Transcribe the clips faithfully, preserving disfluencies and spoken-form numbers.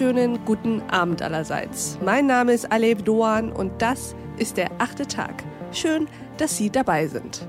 wunderschönen guten Abend allerseits. Mein Name ist Alev Doan und das ist der achte Tag. Schön, dass Sie dabei sind.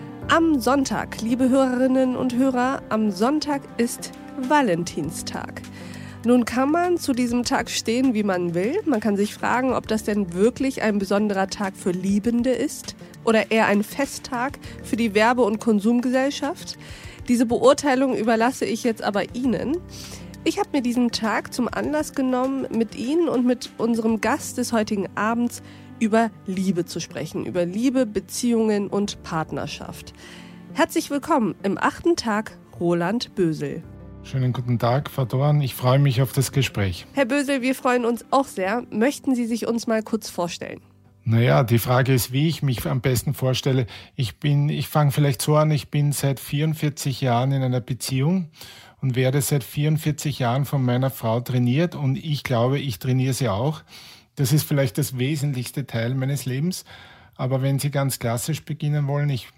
Am Sonntag, liebe Hörerinnen und Hörer, am Sonntag ist Valentinstag. Nun kann man zu diesem Tag stehen, wie man will. Man kann sich fragen, ob das denn wirklich ein besonderer Tag für Liebende ist oder eher ein Festtag für die Werbe- und Konsumgesellschaft. Diese Beurteilung überlasse ich jetzt aber Ihnen. Ich habe mir diesen Tag zum Anlass genommen, mit Ihnen und mit unserem Gast des heutigen Abends über Liebe zu sprechen, über Liebe, Beziehungen und Partnerschaft. Herzlich willkommen im achten Tag, Roland Bösel. Schönen guten Tag, Frau Doan. Ich freue mich auf das Gespräch. Herr Bösel, wir freuen uns auch sehr. Möchten Sie sich uns mal kurz vorstellen? Naja, die Frage ist, wie ich mich am besten vorstelle. Ich bin, ich fange vielleicht so an, ich bin seit vierundvierzig Jahren in einer Beziehung und werde seit vierundvierzig Jahren von meiner Frau trainiert und ich glaube, ich trainiere sie auch. Das ist vielleicht das wesentlichste Teil meines Lebens. Aber wenn Sie ganz klassisch beginnen wollen, ich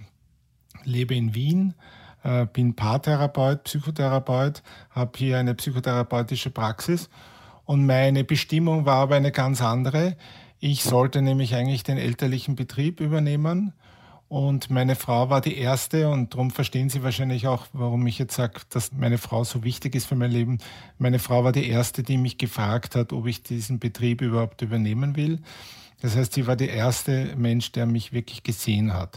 lebe in Wien, äh, bin Paartherapeut, Psychotherapeut, habe hier eine psychotherapeutische Praxis und meine Bestimmung war aber eine ganz andere. Ich sollte nämlich eigentlich den elterlichen Betrieb übernehmen. Und meine Frau war die erste und darum verstehen Sie wahrscheinlich auch, warum ich jetzt sage, dass meine Frau so wichtig ist für mein Leben. Meine Frau war die erste, die mich gefragt hat, ob ich diesen Betrieb überhaupt übernehmen will. Das heißt, sie war der erste Mensch, der mich wirklich gesehen hat.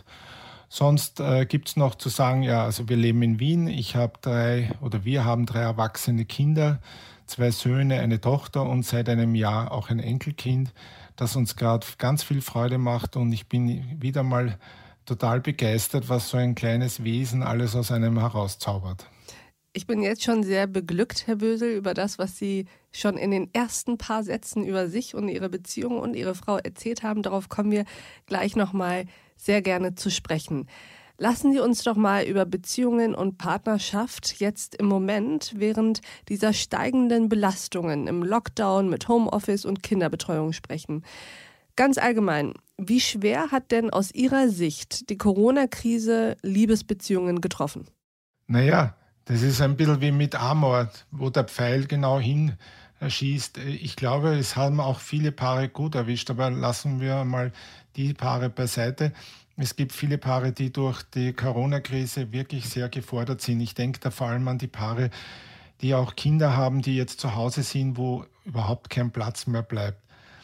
Sonst äh, gibt es noch zu sagen, ja, also wir leben in Wien. Ich habe drei oder wir haben drei erwachsene Kinder, zwei Söhne, eine Tochter und seit einem Jahr auch ein Enkelkind, das uns gerade ganz viel Freude macht und ich bin wieder mal total begeistert, was so ein kleines Wesen alles aus einem herauszaubert. Ich bin jetzt schon sehr beglückt, Herr Bösel, über das, was Sie schon in den ersten paar Sätzen über sich und Ihre Beziehung und Ihre Frau erzählt haben. Darauf kommen wir gleich nochmal sehr gerne zu sprechen. Lassen Sie uns doch mal über Beziehungen und Partnerschaft jetzt im Moment während dieser steigenden Belastungen im Lockdown mit Homeoffice und Kinderbetreuung sprechen. Ganz allgemein, wie schwer hat denn aus Ihrer Sicht die Corona-Krise Liebesbeziehungen getroffen? Naja, das ist ein bisschen wie mit Amor, wo der Pfeil genau hinschießt. Ich glaube, es haben auch viele Paare gut erwischt, aber lassen wir mal die Paare beiseite. Es gibt viele Paare, die durch die Corona-Krise wirklich sehr gefordert sind. Ich denke da vor allem an die Paare, die auch Kinder haben, die jetzt zu Hause sind, wo überhaupt kein Platz mehr bleibt.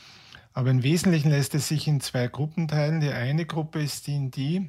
Aber im Wesentlichen lässt es sich in zwei Gruppen teilen. Die eine Gruppe ist die, die,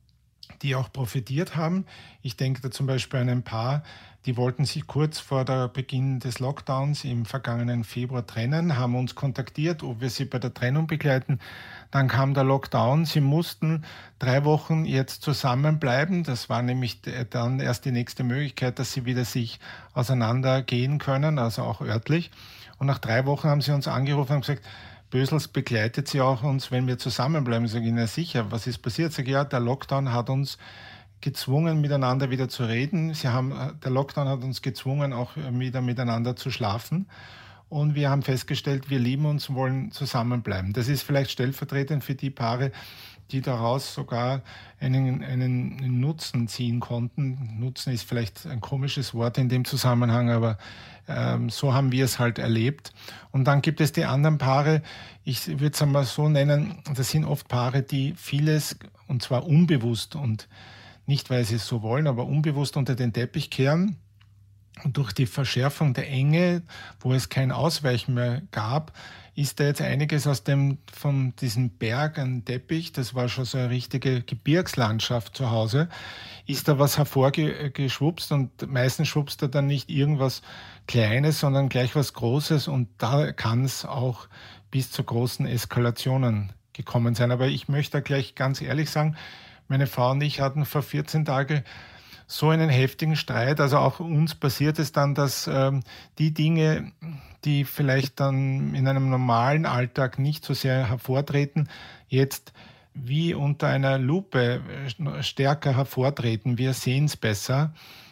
die auch profitiert haben. Ich denke da zum Beispiel an ein Paar, die wollten sich kurz vor der Beginn des Lockdowns im vergangenen Februar trennen, haben uns kontaktiert, ob wir sie bei der Trennung begleiten. Dann kam der Lockdown. Sie mussten drei Wochen jetzt zusammenbleiben. Das war nämlich dann erst die nächste Möglichkeit, dass sie wieder sich auseinandergehen können, also auch örtlich. Und nach drei Wochen haben sie uns angerufen und gesagt, Bösels begleitet sie auch uns, wenn wir zusammenbleiben. Sag ich, na sicher, was ist passiert? Sag ich, ja, der Lockdown hat uns gezwungen, miteinander wieder zu reden. Sie haben, der Lockdown hat uns gezwungen, auch wieder miteinander zu schlafen. Und wir haben festgestellt, wir lieben uns und wollen zusammenbleiben. Das ist vielleicht stellvertretend für die Paare, die daraus sogar einen, einen Nutzen ziehen konnten. Nutzen ist vielleicht ein komisches Wort in dem Zusammenhang, aber ähm, so haben wir es halt erlebt. Und dann gibt es die anderen Paare, ich würde es einmal so nennen, das sind oft Paare, die vieles, und zwar unbewusst und nicht, weil sie es so wollen, aber unbewusst unter den Teppich kehren. Und durch die Verschärfung der Enge, wo es kein Ausweichen mehr gab, ist da jetzt einiges aus dem, von diesem Berg an Teppich, das war schon so eine richtige Gebirgslandschaft zu Hause, ist da was hervorgeschwupst und meistens schwupst da dann nicht irgendwas Kleines, sondern gleich was Großes und da kann es auch bis zu großen Eskalationen gekommen sein. Aber ich möchte da gleich ganz ehrlich sagen, meine Frau und ich hatten vor vierzehn Tagen so einen heftigen Streit, also auch uns passiert es dann, dass ähm, die Dinge, die vielleicht dann in einem normalen Alltag nicht so sehr hervortreten, jetzt wie unter einer Lupe stärker hervortreten. Wir sehen es besser.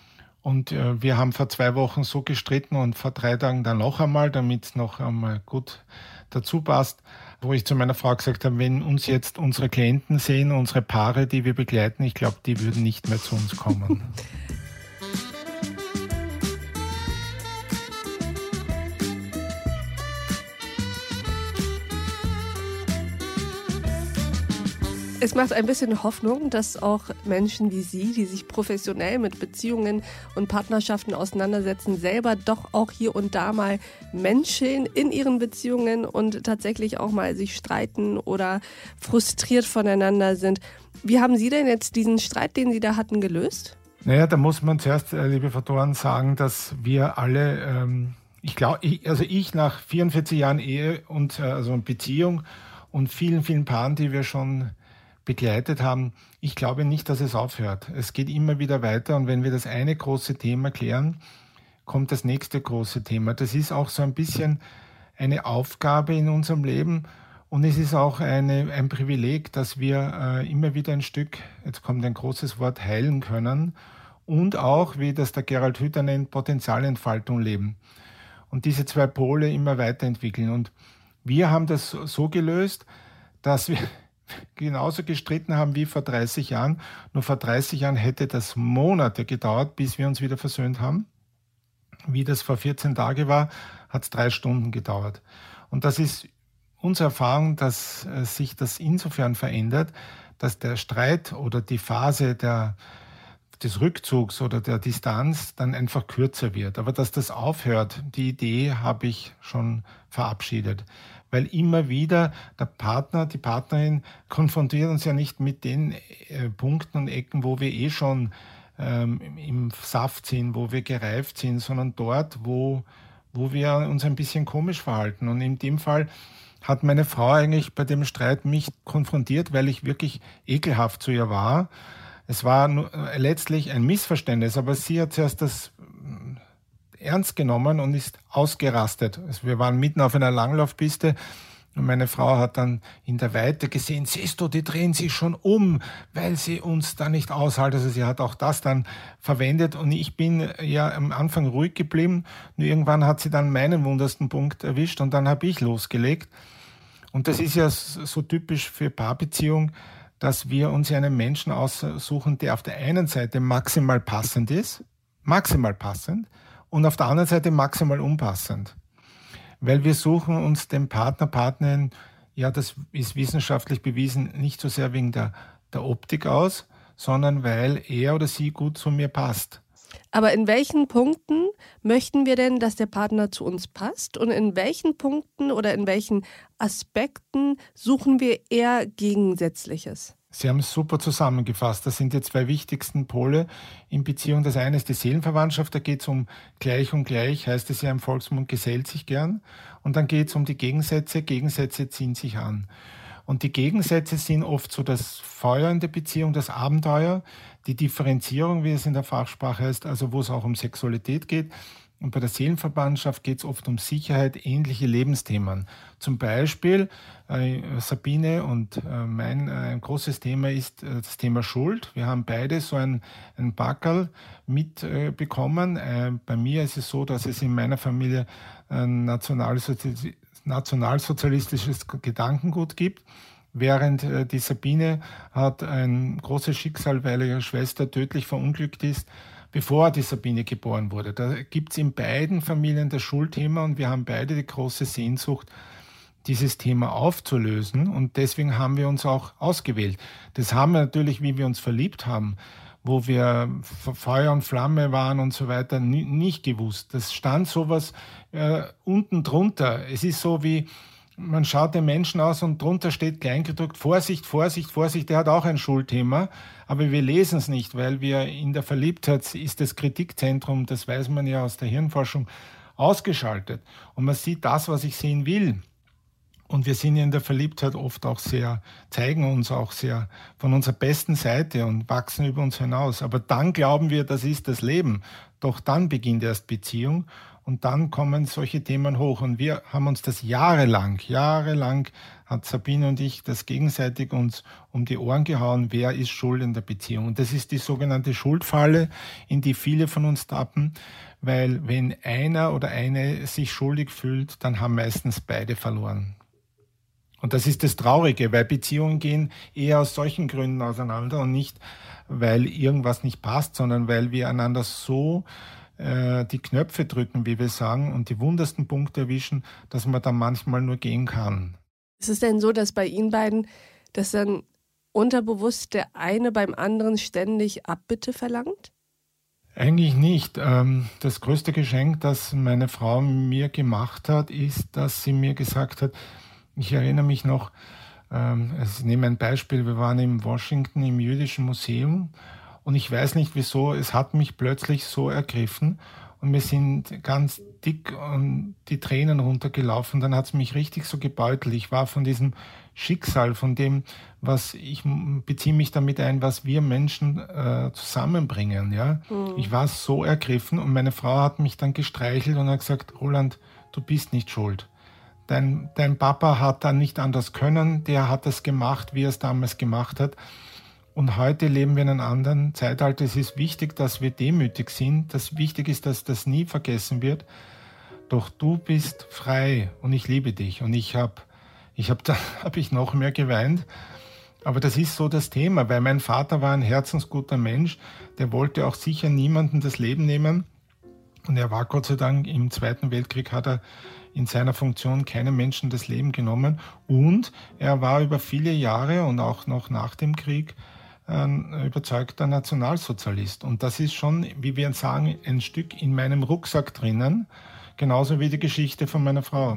Und äh, wir haben vor zwei Wochen so gestritten und vor drei Tagen dann noch einmal, damit es noch einmal gut dazu passt, wo ich zu meiner Frau gesagt habe, wenn uns jetzt unsere Klienten sehen, unsere Paare, die wir begleiten, ich glaube, die würden nicht mehr zu uns kommen. Es macht ein bisschen Hoffnung, dass auch Menschen wie Sie, die sich professionell mit Beziehungen und Partnerschaften auseinandersetzen, selber doch auch hier und da mal menscheln in ihren Beziehungen und tatsächlich auch mal sich streiten oder frustriert voneinander sind. Wie haben Sie denn jetzt diesen Streit, den Sie da hatten, gelöst? Naja, da muss man zuerst, liebe Frau Doan, sagen, dass wir alle, ähm, ich glaube, also ich nach vierundvierzig Jahren Ehe und äh, also Beziehung und vielen, vielen Paaren, die wir schon begleitet haben, ich glaube nicht, dass es aufhört. Es geht immer wieder weiter und wenn wir das eine große Thema klären, kommt das nächste große Thema. Das ist auch so ein bisschen eine Aufgabe in unserem Leben und es ist auch eine, ein Privileg, dass wir äh, immer wieder ein Stück, jetzt kommt ein großes Wort, heilen können und auch, wie das der Gerald Hüther nennt, Potenzialentfaltung leben und diese zwei Pole immer weiterentwickeln. Und wir haben das so gelöst, dass wir genauso gestritten haben wie vor dreißig Jahren. Nur vor dreißig Jahren hätte das Monate gedauert, bis wir uns wieder versöhnt haben. Wie das vor vierzehn Tagen war, hat es drei Stunden gedauert. Und das ist unsere Erfahrung, dass äh, sich das insofern verändert, dass der Streit oder die Phase der, des Rückzugs oder der Distanz dann einfach kürzer wird. Aber dass das aufhört, die Idee habe ich schon verabschiedet. Weil immer wieder der Partner, die Partnerin konfrontiert uns ja nicht mit den äh, Punkten und Ecken, wo wir eh schon ähm, im Saft sind, wo wir gereift sind, sondern dort, wo, wo wir uns ein bisschen komisch verhalten. Und in dem Fall hat meine Frau eigentlich bei dem Streit mich konfrontiert, weil ich wirklich ekelhaft zu ihr war. Es war nur, äh, letztlich ein Missverständnis, aber sie hat zuerst das ernst genommen und ist ausgerastet. Also wir waren mitten auf einer Langlaufpiste und meine Frau hat dann in der Weite gesehen, siehst du, die drehen sich schon um, weil sie uns da nicht aushalten. Also sie hat auch das dann verwendet und ich bin ja am Anfang ruhig geblieben. Und irgendwann hat sie dann meinen wundersten Punkt erwischt und dann habe ich losgelegt. Und das ist ja so typisch für Paarbeziehung, dass wir uns ja einen Menschen aussuchen, der auf der einen Seite maximal passend ist, maximal passend, und auf der anderen Seite maximal unpassend. Weil wir suchen uns den Partner, Partnerin, ja, das ist wissenschaftlich bewiesen, nicht so sehr wegen der, der Optik aus, sondern weil er oder sie gut zu mir passt. Aber in welchen Punkten möchten wir denn, dass der Partner zu uns passt? Und in welchen Punkten oder in welchen Aspekten suchen wir eher Gegensätzliches? Sie haben es super zusammengefasst. Das sind die zwei wichtigsten Pole in Beziehung. Das eine ist die Seelenverwandtschaft, da geht es um gleich und gleich, heißt es ja im Volksmund, gesellt sich gern. Und dann geht es um die Gegensätze, Gegensätze ziehen sich an. Und die Gegensätze sind oft so das Feuer in der Beziehung, das Abenteuer, die Differenzierung, wie es in der Fachsprache heißt, also wo es auch um Sexualität geht. Und bei der Seelenverwandtschaft geht es oft um Sicherheit, ähnliche Lebensthemen. Zum Beispiel äh, Sabine und äh, mein äh, ein großes Thema ist äh, das Thema Schuld. Wir haben beide so ein, ein Backerl mitbekommen. Äh, bei mir ist es so, dass es in meiner Familie ein nationalsozi- nationalsozialistisches Gedankengut gibt. Während äh, die Sabine hat ein großes Schicksal, weil ihre Schwester tödlich verunglückt ist, bevor die Sabine geboren wurde. Da gibt es in beiden Familien das Schuldthema und wir haben beide die große Sehnsucht, dieses Thema aufzulösen und deswegen haben wir uns auch ausgewählt. Das haben wir natürlich, wie wir uns verliebt haben, wo wir Feuer und Flamme waren und so weiter, nicht gewusst. Das stand sowas äh, unten drunter. Es ist so wie, man schaut den Menschen aus und drunter steht kleingedruckt, Vorsicht, Vorsicht, Vorsicht, der hat auch ein Schuldthema, aber wir lesen es nicht, weil wir in der Verliebtheit ist das Kritikzentrum, das weiß man ja aus der Hirnforschung, ausgeschaltet. Und man sieht das, was ich sehen will. Und wir sind ja in der Verliebtheit oft auch sehr, zeigen uns auch sehr von unserer besten Seite und wachsen über uns hinaus. Aber dann glauben wir, das ist das Leben. Doch dann beginnt erst Beziehung und dann kommen solche Themen hoch. Und wir haben uns das jahrelang, jahrelang hat Sabine und ich das gegenseitig uns um die Ohren gehauen, wer ist schuld in der Beziehung. Und das ist die sogenannte Schuldfalle, in die viele von uns tappen, weil wenn einer oder eine sich schuldig fühlt, dann haben meistens beide verloren. Und das ist das Traurige, weil Beziehungen gehen eher aus solchen Gründen auseinander und nicht, weil irgendwas nicht passt, sondern weil wir einander so äh, die Knöpfe drücken, wie wir sagen, und die wundersten Punkte erwischen, dass man dann manchmal nur gehen kann. Ist es denn so, dass bei Ihnen beiden das dann unterbewusst der eine beim anderen ständig Abbitte verlangt? Eigentlich nicht. Ähm, Das größte Geschenk, das meine Frau mir gemacht hat, ist, dass sie mir gesagt hat, ich erinnere mich noch, ähm, also ich nehme ein Beispiel, wir waren in Washington im Jüdischen Museum und ich weiß nicht wieso, es hat mich plötzlich so ergriffen und mir sind ganz dick und die Tränen runtergelaufen. Dann hat es mich richtig so gebeutelt. Ich war von diesem Schicksal, von dem, was ich m- beziehe mich damit ein, was wir Menschen äh, zusammenbringen. Ja? Ich war so ergriffen und meine Frau hat mich dann gestreichelt und hat gesagt, Roland, du bist nicht schuld. Dein, dein Papa hat da nicht anders können, der hat es gemacht, wie er es damals gemacht hat. Und heute leben wir in einem anderen Zeitalter. Es ist wichtig, dass wir demütig sind. Das wichtig ist, dass das nie vergessen wird. Doch du bist frei und ich liebe dich. Und ich habe, ich habe, da habe ich noch mehr geweint. Aber das ist so das Thema, weil mein Vater war ein herzensguter Mensch. Der wollte auch sicher niemandem das Leben nehmen. Und er war Gott sei Dank im Zweiten Weltkrieg, hat er in seiner Funktion keinem Menschen das Leben genommen. Und er war über viele Jahre und auch noch nach dem Krieg ein überzeugter Nationalsozialist. Und das ist schon, wie wir sagen, ein Stück in meinem Rucksack drinnen, genauso wie die Geschichte von meiner Frau.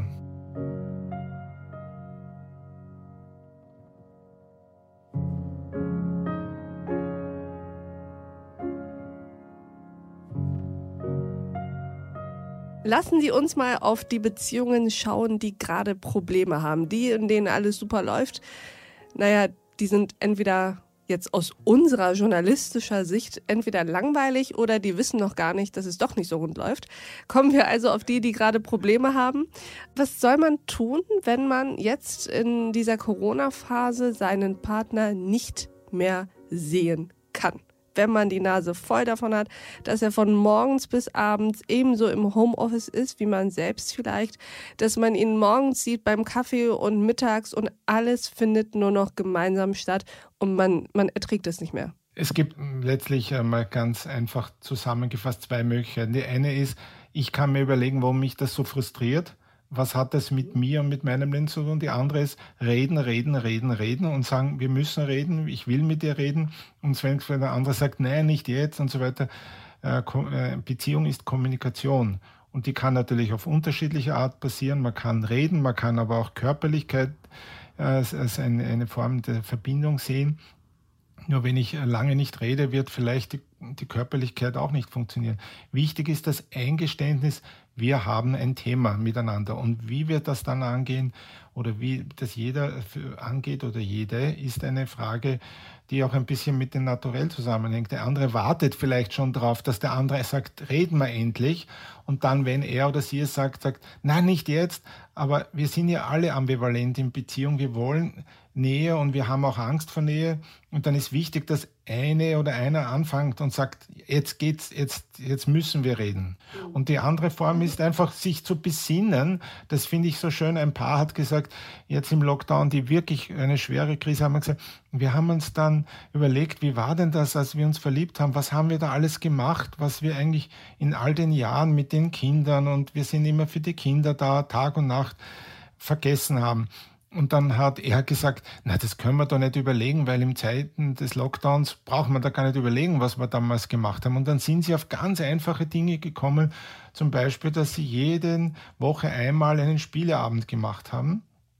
Lassen Sie uns mal auf die Beziehungen schauen, die gerade Probleme haben. Die, in denen alles super läuft, naja, die sind entweder jetzt aus unserer journalistischer Sicht entweder langweilig oder die wissen noch gar nicht, dass es doch nicht so rund läuft. Kommen wir also auf die, die gerade Probleme haben. Was soll man tun, wenn man jetzt in dieser Corona-Phase seinen Partner nicht mehr sehen kann? Wenn man die Nase voll davon hat, dass er von morgens bis abends ebenso im Homeoffice ist, wie man selbst vielleicht, dass man ihn morgens sieht beim Kaffee und mittags und alles findet nur noch gemeinsam statt und man, man erträgt es nicht mehr. Es gibt letztlich einmal ganz einfach zusammengefasst zwei Möglichkeiten. Die eine ist, ich kann mir überlegen, warum mich das so frustriert. Was hat das mit mir und mit meinem Leben zu tun? Die andere ist reden, reden, reden, reden und sagen, wir müssen reden, ich will mit dir reden. Und wenn der andere sagt, nein, nicht jetzt und so weiter. Äh, Ko- äh, Beziehung ist Kommunikation. Und die kann natürlich auf unterschiedliche Art passieren. Man kann reden, man kann aber auch Körperlichkeit äh, als als eine, eine Form der Verbindung sehen. Nur wenn ich lange nicht rede, wird vielleicht die, die Körperlichkeit auch nicht funktionieren. Wichtig ist das Eingeständnis, wir haben ein Thema miteinander. Und wie wir das dann angehen oder wie das jeder für- angeht oder jede, ist eine Frage, die auch ein bisschen mit dem Naturell zusammenhängt. Der andere wartet vielleicht schon darauf, dass der andere sagt, reden wir endlich. Und dann, wenn er oder sie es sagt, sagt, nein, nicht jetzt. Aber wir sind ja alle ambivalent in Beziehung. Wir wollen Nähe und wir haben auch Angst vor Nähe. Und dann ist wichtig, dass eine oder einer anfängt und sagt, jetzt geht's, jetzt, jetzt müssen wir reden. Und die andere Form ist einfach, sich zu besinnen. Das finde ich so schön. Ein Paar hat gesagt, jetzt im Lockdown, die wirklich eine schwere Krise haben, wir gesagt, wir haben uns dann überlegt, wie war denn das, als wir uns verliebt haben? Was haben wir da alles gemacht, was wir eigentlich in all den Jahren mit den Kindern und wir sind immer für die Kinder da, Tag und Nacht, vergessen haben. Und dann hat er gesagt, na, das können wir doch nicht überlegen, weil in Zeiten des Lockdowns braucht man da gar nicht überlegen, was wir damals gemacht haben. Und dann sind sie auf ganz einfache Dinge gekommen, zum Beispiel, dass sie jede Woche einmal einen Spieleabend gemacht haben.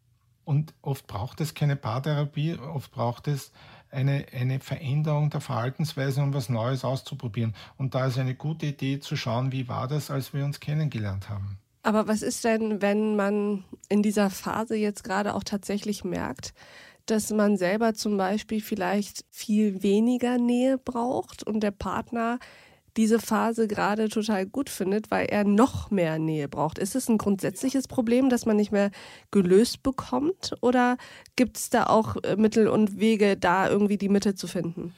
Und oft braucht es keine Paartherapie, oft braucht es eine, eine Veränderung der Verhaltensweise, um was Neues auszuprobieren. Und da ist eine gute Idee zu schauen, wie war das, als wir uns kennengelernt haben. Aber was ist denn, wenn man in dieser Phase jetzt gerade auch tatsächlich merkt, dass man selber zum Beispiel vielleicht viel weniger Nähe braucht und der Partner diese Phase gerade total gut findet, weil er noch mehr Nähe braucht? Ist es ein grundsätzliches Problem, das man nicht mehr gelöst bekommt? Oder gibt es da auch äh, Mittel und Wege, da irgendwie die Mitte zu finden?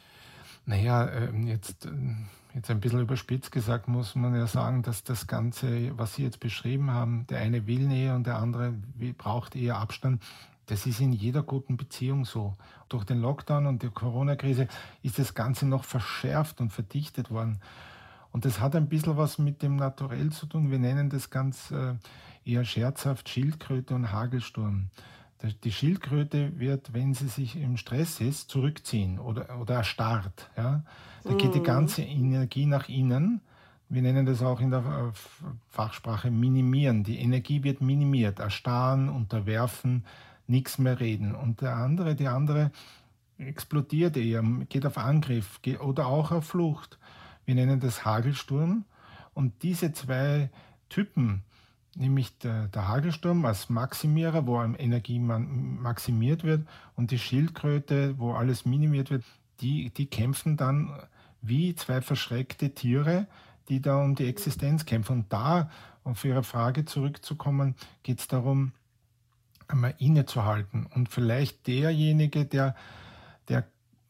Naja, ähm, jetzt, ähm, jetzt ein bisschen überspitzt gesagt, muss man ja sagen, dass das Ganze, was Sie jetzt beschrieben haben, der eine will Nähe und der andere will, braucht eher Abstand. Das ist in jeder guten Beziehung so. Durch den Lockdown und die Corona-Krise ist das Ganze noch verschärft und verdichtet worden. Und das hat ein bisschen was mit dem Naturell zu tun. Wir nennen das ganz äh, eher scherzhaft Schildkröte und Hagelsturm. Die Schildkröte wird, wenn sie sich im Stress ist, zurückziehen oder, oder erstarrt. Ja? Da geht die ganze Energie nach innen. Wir nennen das auch in der Fachsprache minimieren. Die Energie wird minimiert, erstarren, unterwerfen, nichts mehr reden. Und der andere, die andere explodiert eher, geht auf Angriff oder auch auf Flucht. Wir nennen das Hagelsturm. Und diese zwei Typen, nämlich der, der Hagelsturm als Maximierer, wo Energie maximiert wird, und die Schildkröte, wo alles minimiert wird, die, die kämpfen dann wie zwei verschreckte Tiere, die da um die Existenz kämpfen. Und da, um auf Ihre Frage zurückzukommen, geht es darum, einmal innezuhalten. Und vielleicht derjenige, der, der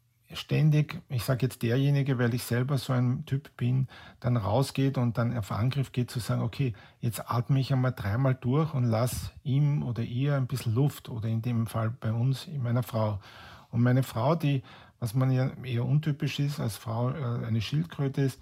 ständig, ich sage jetzt derjenige, weil ich selber so ein Typ bin, dann rausgeht und dann auf Angriff geht, zu sagen, okay, jetzt atme ich einmal dreimal durch und lass ihm oder ihr ein bisschen Luft, oder in dem Fall bei uns, meiner Frau. Und meine Frau, die, was man ja eher untypisch ist, als Frau eine Schildkröte ist,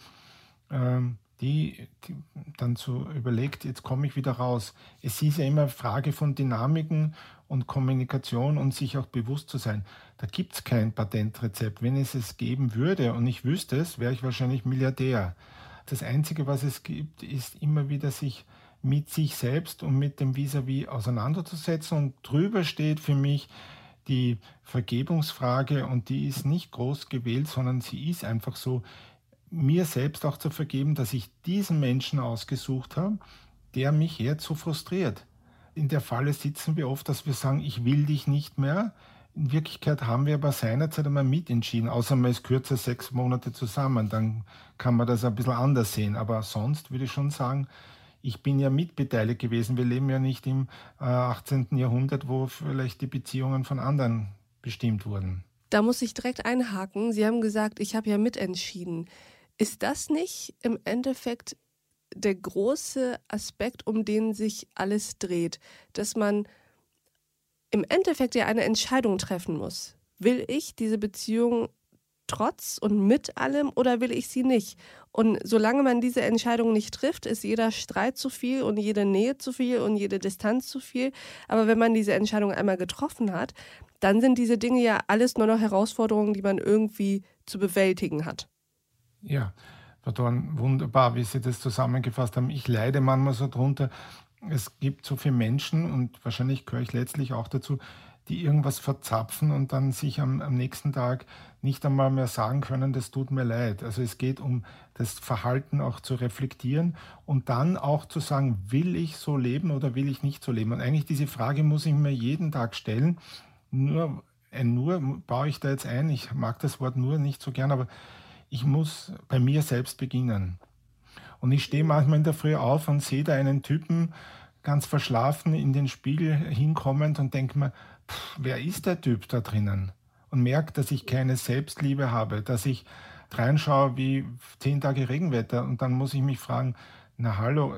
ähm, die, die dann so überlegt, jetzt komme ich wieder raus. Es ist ja immer eine Frage von Dynamiken und Kommunikation und sich auch bewusst zu sein. Da gibt es kein Patentrezept. Wenn es es geben würde und ich wüsste es, wäre ich wahrscheinlich Milliardär. Das Einzige, was es gibt, ist immer wieder sich mit sich selbst und mit dem Vis-à-vis auseinanderzusetzen. Und drüber steht für mich die Vergebungsfrage, und die ist nicht groß gewählt, sondern sie ist einfach so, mir selbst auch zu vergeben, dass ich diesen Menschen ausgesucht habe, der mich jetzt so frustriert. In der Falle sitzen wir oft, dass wir sagen, ich will dich nicht mehr. In Wirklichkeit haben wir aber seinerzeit einmal mitentschieden, außer man ist kürzer sechs Monate zusammen, dann kann man das ein bisschen anders sehen. Aber sonst würde ich schon sagen, ich bin ja mitbeteiligt gewesen. Wir leben ja nicht im äh, achtzehnten Jahrhundert, wo vielleicht die Beziehungen von anderen bestimmt wurden. Da muss ich direkt einhaken. Sie haben gesagt, ich habe ja mitentschieden. Ist das nicht im Endeffekt der große Aspekt, um den sich alles dreht? Dass man im Endeffekt ja eine Entscheidung treffen muss. Will ich diese Beziehung trotz und mit allem oder will ich sie nicht? Und solange man diese Entscheidung nicht trifft, ist jeder Streit zu viel und jede Nähe zu viel und jede Distanz zu viel. Aber wenn man diese Entscheidung einmal getroffen hat, dann sind diese Dinge ja alles nur noch Herausforderungen, die man irgendwie zu bewältigen hat. Ja, Frau Dorn, wunderbar, wie Sie das zusammengefasst haben. Ich leide manchmal so drunter. Es gibt so viele Menschen, und wahrscheinlich gehöre ich letztlich auch dazu, die irgendwas verzapfen und dann sich am, am nächsten Tag nicht einmal mehr sagen können, das tut mir leid. Also es geht um das Verhalten auch zu reflektieren und dann auch zu sagen, will ich so leben oder will ich nicht so leben? Und eigentlich diese Frage muss ich mir jeden Tag stellen. Nur, ein Nur baue ich da jetzt ein. Ich mag das Wort Nur nicht so gern, aber ich muss bei mir selbst beginnen. Und ich stehe manchmal in der Früh auf und sehe da einen Typen ganz verschlafen in den Spiegel hinkommend und denke mir, pff, wer ist der Typ da drinnen? Und merke, dass ich keine Selbstliebe habe, dass ich reinschaue wie zehn Tage Regenwetter. Und dann muss ich mich fragen, na hallo,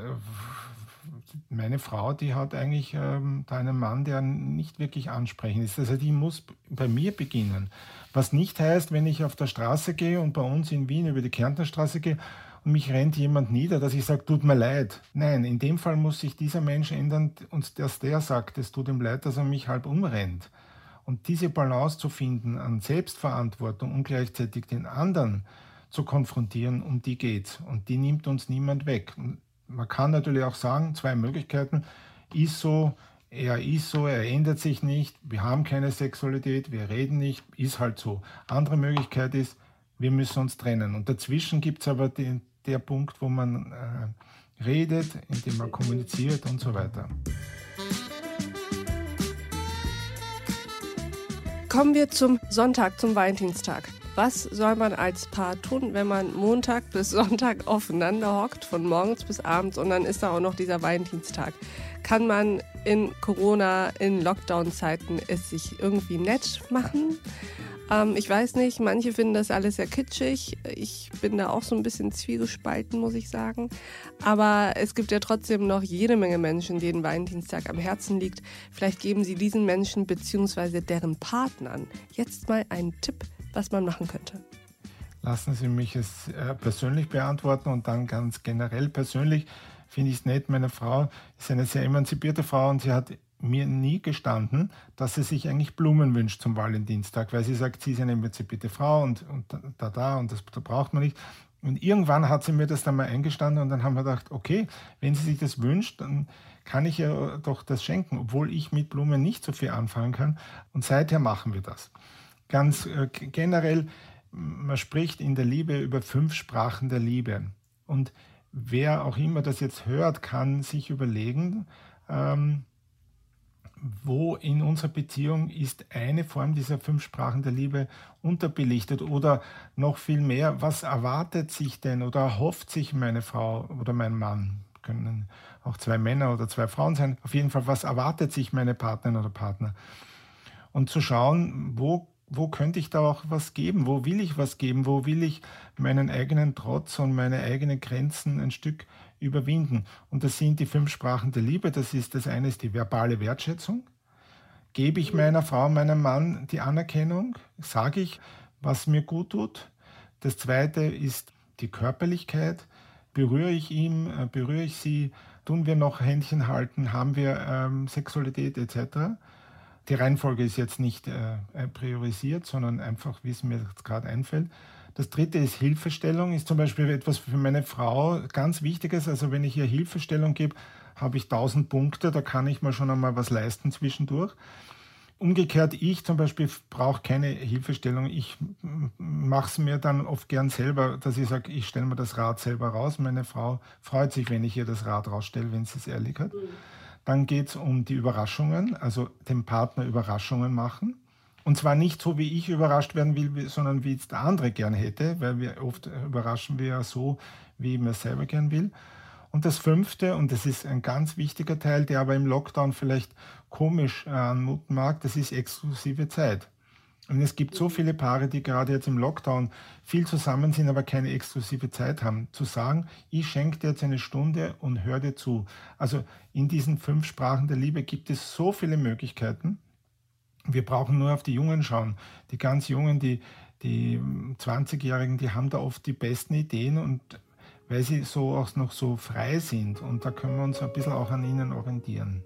meine Frau, die hat eigentlich ähm, da einen Mann, der nicht wirklich ansprechend ist. Also die muss bei mir beginnen. Was nicht heißt, wenn ich auf der Straße gehe und bei uns in Wien über die Kärntnerstraße gehe und mich rennt jemand nieder, dass ich sage, tut mir leid. Nein, in dem Fall muss sich dieser Mensch ändern und dass der sagt, es tut ihm leid, dass er mich halb umrennt. Und diese Balance zu finden an Selbstverantwortung und gleichzeitig den anderen zu konfrontieren, um die geht's. Und die nimmt uns niemand weg. Man kann natürlich auch sagen, zwei Möglichkeiten, ist so, er ist so, er ändert sich nicht, wir haben keine Sexualität, wir reden nicht, ist halt so. Andere Möglichkeit ist, wir müssen uns trennen. Und dazwischen gibt es aber den, der Punkt, wo man äh, redet, indem man kommuniziert und so weiter. Kommen wir zum Sonntag, zum Valentinstag. Was soll man als Paar tun, wenn man Montag bis Sonntag aufeinander hockt, von morgens bis abends, und dann ist da auch noch dieser Valentinstag? Kann man in Corona, in Lockdown-Zeiten es sich irgendwie nett machen? Ähm, ich weiß nicht, manche finden das alles sehr kitschig. Ich bin da auch so ein bisschen zwiegespalten, muss ich sagen. Aber es gibt ja trotzdem noch jede Menge Menschen, denen Valentinstag am Herzen liegt. Vielleicht geben Sie diesen Menschen bzw. deren Partnern jetzt mal einen Tipp, was man machen könnte. Lassen Sie mich es äh, persönlich beantworten und dann ganz generell persönlich finde ich es nett. Meine Frau ist eine sehr emanzipierte Frau und sie hat mir nie gestanden, dass sie sich eigentlich Blumen wünscht zum Valentinstag, weil sie sagt, sie ist eine emanzipierte Frau und, und da, da und das da braucht man nicht. Und irgendwann hat sie mir das dann mal eingestanden und dann haben wir gedacht, okay, wenn sie sich das wünscht, dann kann ich ihr doch das schenken, obwohl ich mit Blumen nicht so viel anfangen kann. Und seither machen wir das. Ganz äh, generell, man spricht in der Liebe über fünf Sprachen der Liebe. Und wer auch immer das jetzt hört, kann sich überlegen, ähm, wo in unserer Beziehung ist eine Form dieser fünf Sprachen der Liebe unterbelichtet oder noch viel mehr, was erwartet sich denn oder erhofft sich meine Frau oder mein Mann? Können auch zwei Männer oder zwei Frauen sein. Auf jeden Fall, was erwartet sich meine Partnerin oder Partner? Und zu schauen, wo, wo könnte ich da auch was geben? Wo will ich was geben? Wo will ich meinen eigenen Trotz und meine eigenen Grenzen ein Stück überwinden? Und das sind die fünf Sprachen der Liebe. Das ist das eine ist die verbale Wertschätzung. Gebe ich meiner Frau, meinem Mann die Anerkennung? Sage ich, was mir gut tut? Das zweite ist die Körperlichkeit. Berühre ich ihn, berühre ich sie? Tun wir noch Händchen halten? Haben wir ähm, Sexualität et cetera? Die Reihenfolge ist jetzt nicht äh, priorisiert, sondern einfach, wie es mir jetzt gerade einfällt. Das dritte ist Hilfestellung, ist zum Beispiel etwas für meine Frau ganz Wichtiges. Also wenn ich ihr Hilfestellung gebe, habe ich tausend Punkte, da kann ich mal schon einmal was leisten zwischendurch. Umgekehrt, ich zum Beispiel brauche keine Hilfestellung. Ich mache es mir dann oft gern selber, dass ich sage, ich stelle mir das Rad selber raus. Meine Frau freut sich, wenn ich ihr das Rad rausstelle, wenn sie es ehrlich hat. Dann geht es um die Überraschungen, also dem Partner Überraschungen machen. Und zwar nicht so, wie ich überrascht werden will, sondern wie es der andere gern hätte, weil wir oft überraschen wir ja so, wie man es selber gern will. Und das fünfte, und das ist ein ganz wichtiger Teil, der aber im Lockdown vielleicht komisch anmuten mag, das ist exklusive Zeit. Und es gibt so viele Paare, die gerade jetzt im Lockdown viel zusammen sind, aber keine exklusive Zeit haben. Zu sagen, ich schenke dir jetzt eine Stunde und hör dir zu. Also in diesen fünf Sprachen der Liebe gibt es so viele Möglichkeiten. Wir brauchen nur auf die Jungen schauen. Die ganz Jungen, die, die zwanzigjährigen, die haben da oft die besten Ideen und weil sie so auch noch so frei sind. Und da können wir uns ein bisschen auch an ihnen orientieren.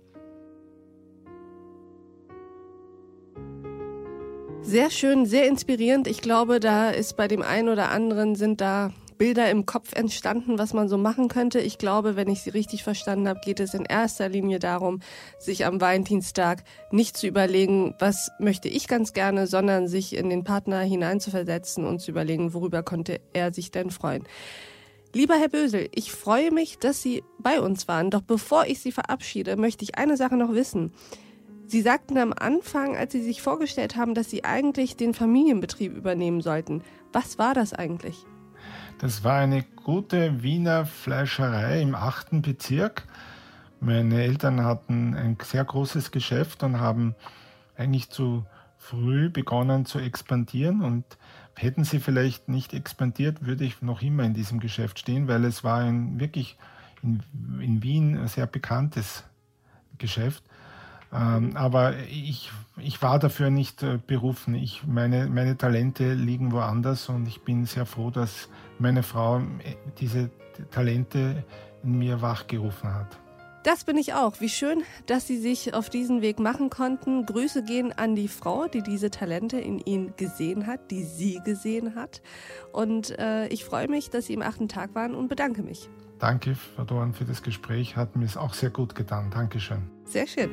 Sehr schön, sehr inspirierend. Ich glaube, da ist bei dem einen oder anderen sind da Bilder im Kopf entstanden, was man so machen könnte. Ich glaube, wenn ich Sie richtig verstanden habe, geht es in erster Linie darum, sich am Valentinstag nicht zu überlegen, was möchte ich ganz gerne, sondern sich in den Partner hineinzuversetzen und zu überlegen, worüber konnte er sich denn freuen. Lieber Herr Bösel, ich freue mich, dass Sie bei uns waren. Doch bevor ich Sie verabschiede, möchte ich eine Sache noch wissen. Sie sagten am Anfang, als Sie sich vorgestellt haben, dass Sie eigentlich den Familienbetrieb übernehmen sollten. Was war das eigentlich? Das war eine gute Wiener Fleischerei im achten Bezirk. Meine Eltern hatten ein sehr großes Geschäft und haben eigentlich zu früh begonnen zu expandieren. Und hätten sie vielleicht nicht expandiert, würde ich noch immer in diesem Geschäft stehen, weil es war ein wirklich in, in Wien ein sehr bekanntes Geschäft. Ähm, aber ich, ich war dafür nicht äh, berufen. Ich, meine, meine Talente liegen woanders und ich bin sehr froh, dass meine Frau diese Talente in mir wachgerufen hat. Das bin ich auch. Wie schön, dass Sie sich auf diesen Weg machen konnten. Grüße gehen an die Frau, die diese Talente in Ihnen gesehen hat, die sie gesehen hat. Und äh, ich freue mich, dass Sie im achten Tag waren und bedanke mich. Danke, Frau Doan, für das Gespräch. Hat mir es auch sehr gut getan. Dankeschön. Sehr schön.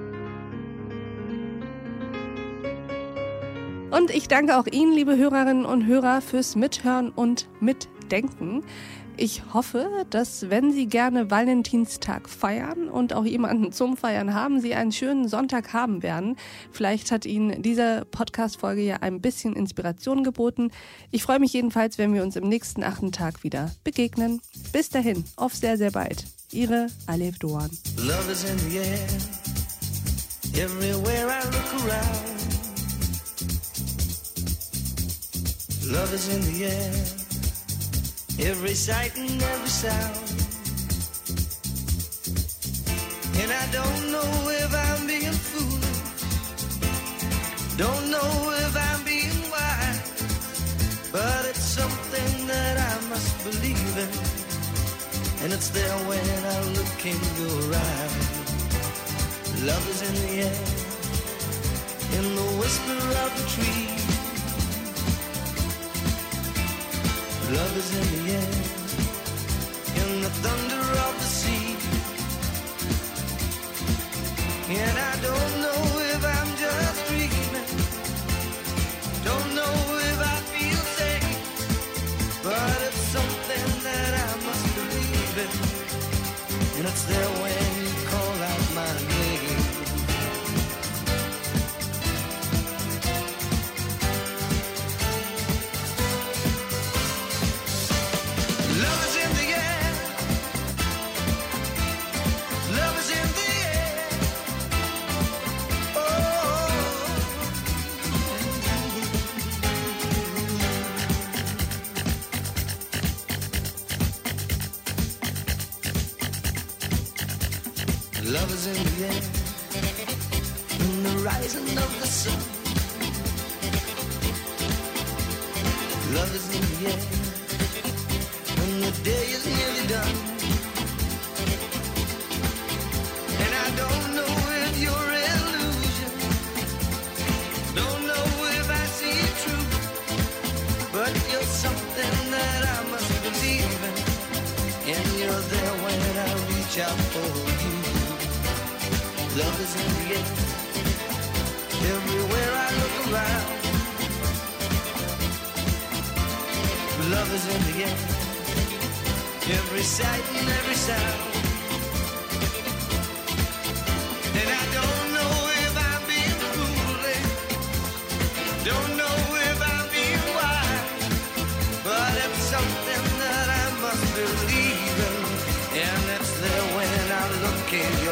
Und ich danke auch Ihnen, liebe Hörerinnen und Hörer, fürs Mithören und Mitdenken. Ich hoffe, dass, wenn Sie gerne Valentinstag feiern und auch jemanden zum Feiern haben, Sie einen schönen Sonntag haben werden. Vielleicht hat Ihnen diese Podcast-Folge ja ein bisschen Inspiration geboten. Ich freue mich jedenfalls, wenn wir uns im nächsten achten Tag wieder begegnen. Bis dahin, auf sehr, sehr bald. Ihre Alev Doan. Love is in the air, everywhere I look around. Love is in the air, every sight and every sound. And I don't know if I'm being foolish, don't know if I'm being wise, but it's something that I must believe in, and it's there when I look in your eyes. Love is in the air, in the whisper of the tree. Love is in the air, in the thunder of the sea. And I don't know if I'm just dreaming, don't know if I feel safe, but it's something that I must believe in, and it's there when you call out my name. Love is in the air, love is in the air. Oh, love is in the air, in the rising of the sun. Love is in the air, when the day is nearly done. And I don't know if you're illusion, don't know if I see it true, but you're something that I must believe in, and you're there when I reach out for you. Love is in the air, everywhere I look around. Love is in the air, every sight and every sound. And I don't know if I'm being foolish, don't know if I'm being wise, but it's something that I must believe in, and it's there when I look in